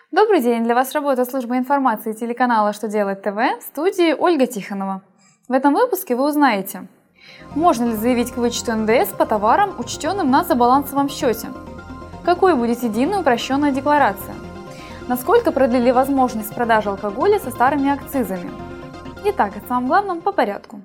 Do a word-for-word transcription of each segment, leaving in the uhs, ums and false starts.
Добрый день! Для вас работает служба информации телеканала «Что делать ТВ», в студии Ольга Тихонова. В этом выпуске вы узнаете: можно ли заявить к вычету эн дэ эс по товарам, учтенным на забалансовом счете? Какой будет единая упрощенная декларация? Насколько продлили возможность продажи алкоголя со старыми акцизами? Итак, о самом главном по порядку.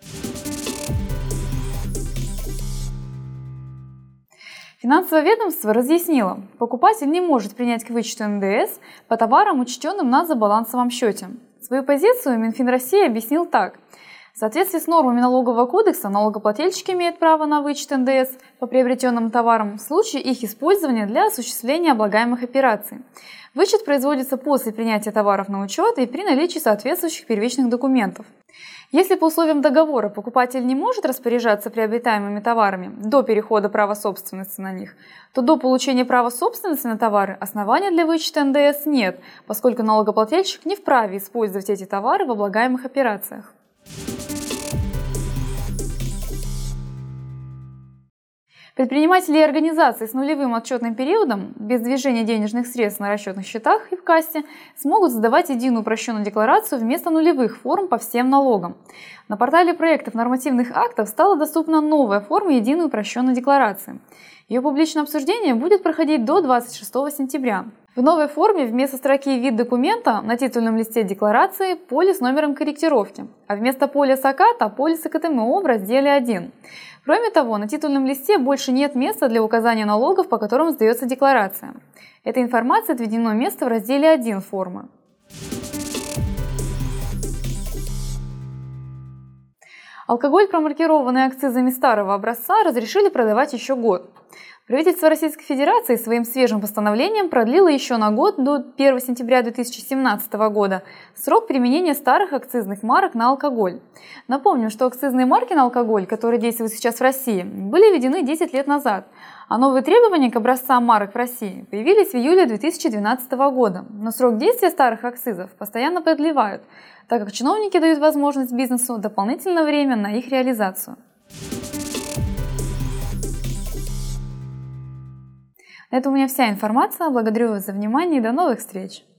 Финансовое ведомство разъяснило, покупатель не может принять к вычету эн дэ эс по товарам, учтенным на забалансовом счете. Свою позицию Минфин России объяснил так. В соответствии с нормами налогового кодекса налогоплательщик имеет право на вычет эн дэ эс по приобретенным товарам в случае их использования для осуществления облагаемых операций. Вычет производится после принятия товаров на учет и при наличии соответствующих первичных документов. Если по условиям договора покупатель не может распоряжаться приобретаемыми товарами до перехода права собственности на них, то до получения права собственности на товары основания для вычета эн дэ эс нет, поскольку налогоплательщик не вправе использовать эти товары в облагаемых операциях. Предприниматели и организации с нулевым отчетным периодом, без движения денежных средств на расчетных счетах и в кассе, смогут сдавать единую упрощенную декларацию вместо нулевых форм по всем налогам. На портале проектов нормативных актов стала доступна новая форма единой упрощенной декларации. Ее публичное обсуждение будет проходить до двадцать шестого сентября. В новой форме вместо строки «Вид документа» на титульном листе декларации поле с номером корректировки, а вместо поля САКАТа поле с ка тэ эм о в разделе один. Кроме того, на титульном листе больше нет места для указания налогов, по которым сдается декларация. Эта информация отведено место в разделе один формы. Алкоголь, промаркированный акцизами старого образца, разрешили продавать еще год. Правительство Российской Федерации своим свежим постановлением продлило еще на год, до первого сентября две тысячи семнадцатого года, срок применения старых акцизных марок на алкоголь. Напомним, что акцизные марки на алкоголь, которые действуют сейчас в России, были введены десять лет назад, а новые требования к образцам марок в России появились в июле две тысячи двенадцатого года. Но срок действия старых акцизов постоянно продлевают, так как чиновники дают возможность бизнесу дополнительное время на их реализацию. На этом у меня вся информация. Благодарю вас за внимание и до новых встреч!